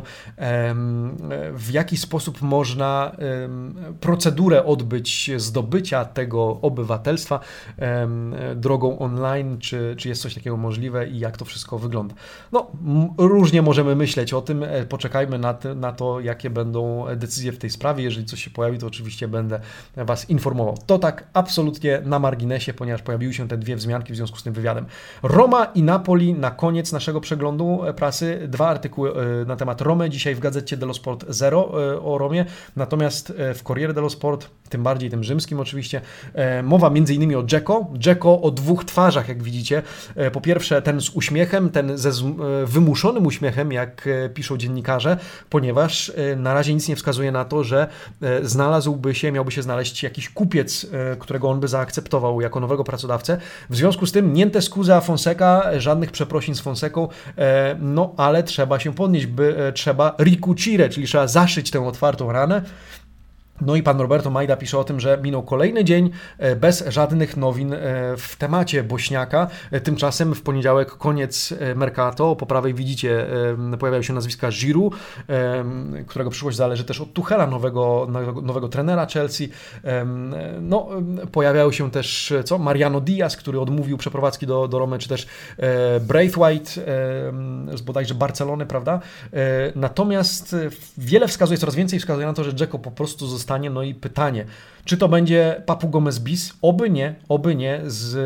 w jaki sposób można procedurę odbyć zdobycia tego obywatelstwa drogą online, czy jest coś takiego możliwe i jak to wszystko wygląda. No, różnie możemy myśleć o tym, poczekajmy na to, jakie będą decyzje w tej sprawie. Jeżeli coś się pojawi, to oczywiście będę Was informował. To tak absolutnie na marginesie, ponieważ pojawiły się te 2 wzmianki w związku z tym wywiadem. Roma i Napoli na koniec naszego przeglądu prasy. 2 artykuły na temat Romy. Dzisiaj w Gazecie dello Sport 0 o Romie, natomiast w Corriere dello Sport, tym bardziej tym rzymskim oczywiście, mowa m.in. o Dzeko o 2 twarzach, jak widzicie. Po pierwsze ten z uśmiechem, ten ze wymuszonym uśmiechem, jak piszą dziennikarze, ponieważ na razie nic nie wskazuje na to, że miałby się znaleźć jakiś kupiec, którego on by zaakceptował jako nowego pracodawcę. W związku z tym niente scusa Fonseca, żadnych przeprosin z Fonseką, no ale trzeba się podnieść, trzeba ricucire, czyli trzeba zaszyć tę otwartą ranę. No i pan Roberto Majda pisze o tym, że minął kolejny dzień bez żadnych nowin w temacie Bośniaka. Tymczasem w poniedziałek koniec Mercato. Po prawej widzicie, pojawiają się nazwiska Giroud, którego przyszłość zależy też od Tuchela, nowego trenera Chelsea. No, pojawiają się też Mariano Diaz, który odmówił przeprowadzki do Romy, czy też Braithwaite z bodajże Barcelony, prawda? Natomiast coraz więcej wskazuje na to, że Dzeko po prostu zostanie. No i pytanie, czy to będzie Papu Gomez-Bis? Oby nie,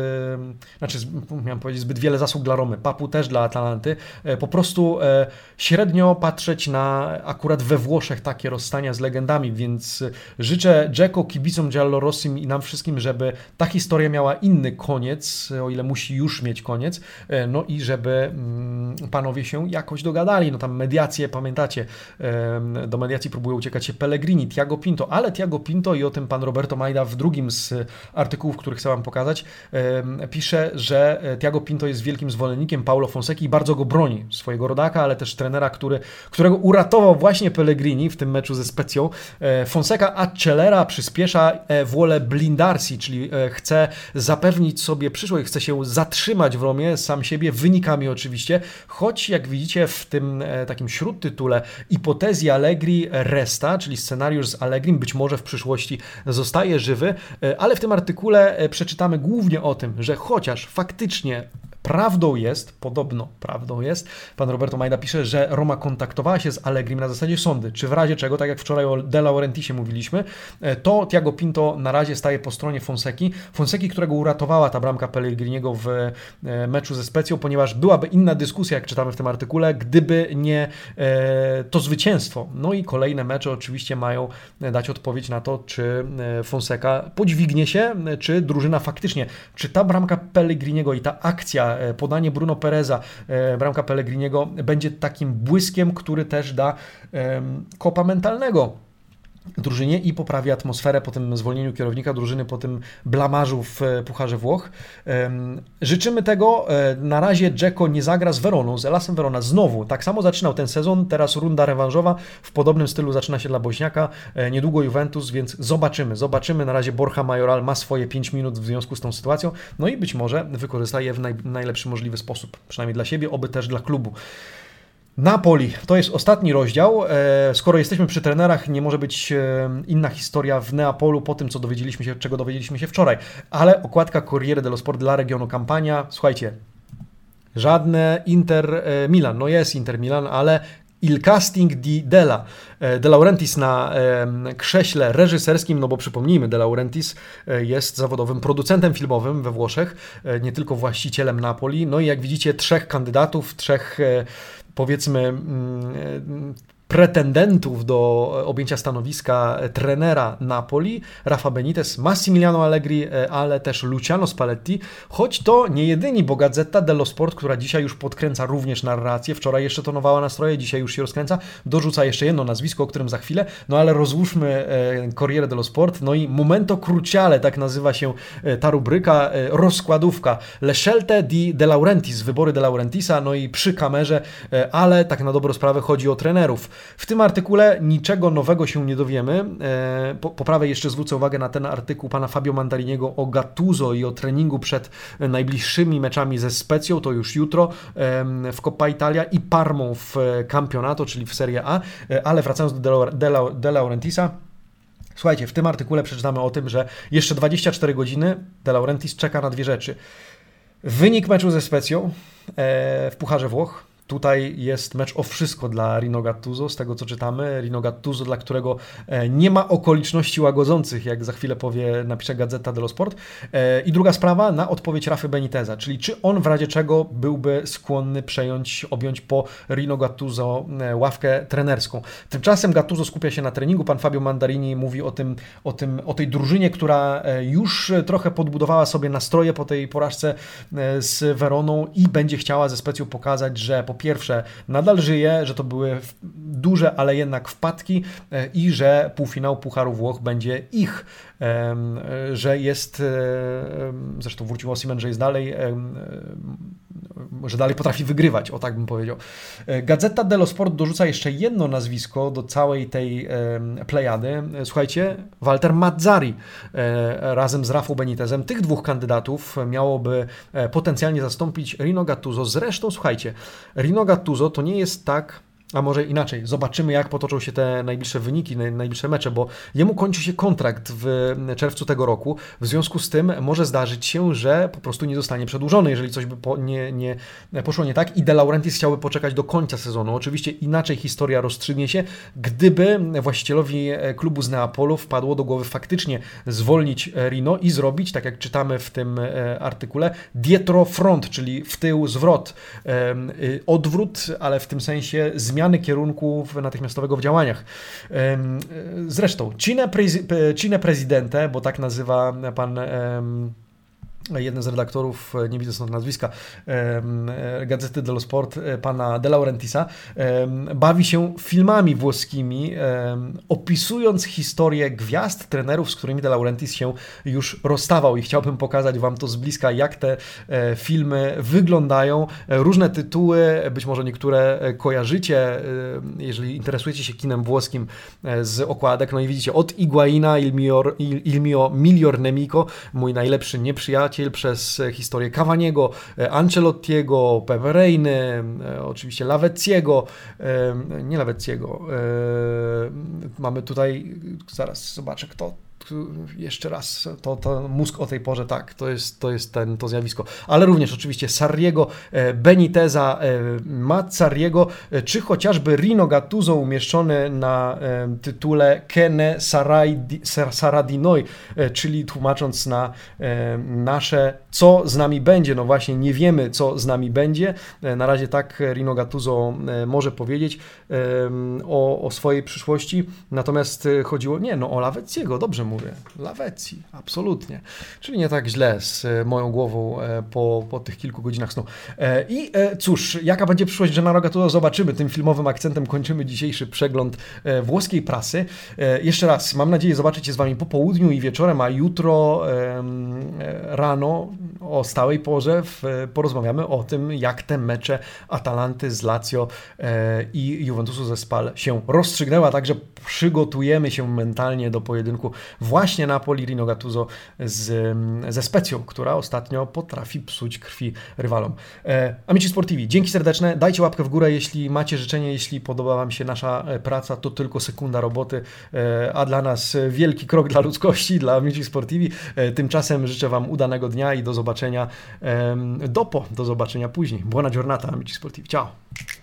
miałem powiedzieć, zbyt wiele zasług dla Romy, Papu też dla Atalanty. Po prostu średnio patrzeć na akurat we Włoszech takie rozstania z legendami, więc życzę Dzeko, kibicom Giallorossim i nam wszystkim, żeby ta historia miała inny koniec, o ile musi już mieć koniec, no i żeby panowie się jakoś dogadali. No tam mediacje, pamiętacie, do mediacji próbuje uciekać się Pellegrini, Thiago Pinto, ale Thiago Pinto, i o tym pan Roberto Majda w drugim z artykułów, który chcę wam pokazać, pisze, że Thiago Pinto jest wielkim zwolennikiem Paulo Fonseki i bardzo go broni, swojego rodaka, ale też trenera, którego uratował właśnie Pellegrini w tym meczu ze Specją. Fonseca accelera, przyspiesza, vuole blindarsi, czyli chce zapewnić sobie przyszłość, chce się zatrzymać w Romie, sam siebie, wynikami oczywiście, choć jak widzicie w tym takim śródtytule Ipotezji Allegri resta, czyli scenariusz z Allegrim być może w przyszłości zostaje żywy, ale w tym artykule przeczytamy głównie o tym, że chociaż faktycznie podobno prawdą jest, pan Roberto Majda pisze, że Roma kontaktowała się z Allegrim na zasadzie sądy, czy w razie czego, tak jak wczoraj o De Laurentisie mówiliśmy, to Thiago Pinto na razie staje po stronie Fonseki, którego uratowała ta bramka Pellegriniego w meczu ze Specją, ponieważ byłaby inna dyskusja, jak czytamy w tym artykule, gdyby nie to zwycięstwo. No i kolejne mecze oczywiście mają dać odpowiedź na to, czy Fonseca podźwignie się, czy drużyna faktycznie, czy ta bramka Pellegriniego i ta akcja, podanie Bruno Pereza, bramka Pellegriniego będzie takim błyskiem, który też da kopa mentalnego drużynie i poprawi atmosferę po tym zwolnieniu kierownika drużyny, po tym blamarzu w Pucharze Włoch. Życzymy tego. Na razie Dzeko nie zagra z Veroną, z Elasem Verona. Znowu, tak samo zaczynał ten sezon, teraz runda rewanżowa. W podobnym stylu zaczyna się dla Bośniaka. Niedługo Juventus, więc zobaczymy. Na razie Borja Majoral ma swoje 5 minut w związku z tą sytuacją, no i być może wykorzysta je w najlepszy możliwy sposób. Przynajmniej dla siebie, oby też dla klubu. Napoli, to jest ostatni rozdział. Skoro jesteśmy przy trenerach, nie może być inna historia w Neapolu po tym, czego dowiedzieliśmy się wczoraj. Ale okładka Corriere dello Sport dla regionu Campania. Słuchajcie, żadne Inter Milan. No jest Inter Milan, ale il casting di De Laurentiis na krześle reżyserskim, no bo przypomnijmy, De Laurentiis jest zawodowym producentem filmowym we Włoszech, nie tylko właścicielem Napoli. No i jak widzicie, 3 kandydatów, 3 powiedzmy pretendentów do objęcia stanowiska trenera Napoli, Rafa Benitez, Massimiliano Allegri, ale też Luciano Spalletti, choć to nie jedyni, bo Gazzetta dello Sport, która dzisiaj już podkręca również narrację, wczoraj jeszcze tonowała nastroje, dzisiaj już się rozkręca, dorzuca jeszcze jedno nazwisko, o którym za chwilę, no ale rozłóżmy Corriere dello Sport, no i Momento Cruciale, tak nazywa się ta rubryka, rozkładówka, Le scelte di De Laurentiis, wybory De Laurentisa, no i przy kamerze, ale tak na dobrą sprawę chodzi o trenerów. W tym artykule niczego nowego się nie dowiemy. Po prawej jeszcze zwrócę uwagę na ten artykuł pana Fabio Mandariniego o Gattuso i o treningu przed najbliższymi meczami ze Specją, to już jutro w Coppa Italia i Parmą w Campionato, czyli w Serie A. Ale wracając do De Laurentisa, słuchajcie, w tym artykule przeczytamy o tym, że jeszcze 24 godziny De Laurentiis czeka na 2 rzeczy. Wynik meczu ze Specją w Pucharze Włoch. Tutaj jest mecz o wszystko dla Rino Gattuso, z tego co czytamy. Rino Gattuso, dla którego nie ma okoliczności łagodzących, jak za chwilę napisze Gazzetta dello Sport. I druga sprawa, na odpowiedź Rafy Beniteza, czyli czy on w razie czego byłby skłonny objąć po Rino Gattuso ławkę trenerską. Tymczasem Gattuso skupia się na treningu. Pan Fabio Mandarini mówi o tej drużynie, która już trochę podbudowała sobie nastroje po tej porażce z Veroną i będzie chciała ze Specją pokazać, że po pierwsze nadal żyje, że to były duże, ale jednak wpadki i że półfinał Pucharu Włoch będzie ich, że jest, zresztą wrócił Osimhen, że jest dalej, że dalej potrafi wygrywać, o tak bym powiedział. Gazzetta dello Sport dorzuca jeszcze jedno nazwisko do całej tej plejady. Słuchajcie, Walter Mazzari razem z Rafą Benitezem. Tych 2 kandydatów miałoby potencjalnie zastąpić Rino Gattuso. Zresztą, słuchajcie, Rino Gattuso to nie jest tak, a może inaczej, zobaczymy jak potoczą się te najbliższe wyniki, najbliższe mecze, bo jemu kończy się kontrakt w czerwcu tego roku, w związku z tym może zdarzyć się, że po prostu nie zostanie przedłużony, jeżeli coś by nie poszło nie tak i De Laurentiis chciałby poczekać do końca sezonu. Oczywiście inaczej historia rozstrzygnie się, gdyby właścicielowi klubu z Neapolu wpadło do głowy faktycznie zwolnić Rino i zrobić, tak jak czytamy w tym artykule, dietro front, czyli w tył zwrot, odwrót, ale w tym sensie zmiany kierunku natychmiastowego w działaniach. Zresztą, Cine Presidente, bo tak nazywa pan jeden z redaktorów, nie widzę stąd nazwiska, Gazzety dello Sport, pana De Laurentisa, bawi się filmami włoskimi, opisując historię gwiazd, trenerów, z którymi De Laurentiis się już rozstawał i chciałbym pokazać wam to z bliska, jak te filmy wyglądają. Różne tytuły, być może niektóre kojarzycie, jeżeli interesujecie się kinem włoskim z okładek, no i widzicie, od Higuaina, Il mio miglior nemico, mój najlepszy nieprzyjaciel, przez historię Cavaniego, Ancelottiego, Pepereiny, oczywiście Lavezziego, nie Lavezziego, mamy tutaj, zaraz zobaczę kto jeszcze raz, to mózg o tej porze, tak, to jest to zjawisko. Ale również oczywiście Sarriego, Beniteza, Mazzarriego, czy chociażby Rino Gattuso umieszczony na tytule Kene Saradinoi, czyli tłumacząc na nasze, co z nami będzie. No właśnie, nie wiemy, co z nami będzie. Na razie tak Rino Gattuso może powiedzieć o swojej przyszłości. Natomiast chodziło, o Lavezziego, dobrze mówię. Lavezzi, absolutnie. Czyli nie tak źle z moją głową po tych kilku godzinach snu. I cóż, jaka będzie przyszłość Gennaro Gattuso? Zobaczymy. Tym filmowym akcentem kończymy dzisiejszy przegląd włoskiej prasy. Jeszcze raz, mam nadzieję zobaczyć się z Wami po południu i wieczorem, a jutro rano o stałej porze porozmawiamy o tym, jak te mecze Atalanty z Lazio i Juventusu ze Spal się rozstrzygnęły, a także przygotujemy się mentalnie do pojedynku właśnie Napoli Rino Gattuso ze Specją, która ostatnio potrafi psuć krwi rywalom. Amici Sportivi, dzięki serdeczne, dajcie łapkę w górę, jeśli macie życzenie, jeśli podoba Wam się nasza praca, to tylko sekunda roboty, a dla nas wielki krok dla ludzkości, dla Amici Sportivi. Tymczasem życzę Wam udanego dnia i do zobaczenia do zobaczenia później. Buona giornata, Amici Sportivi. Ciao!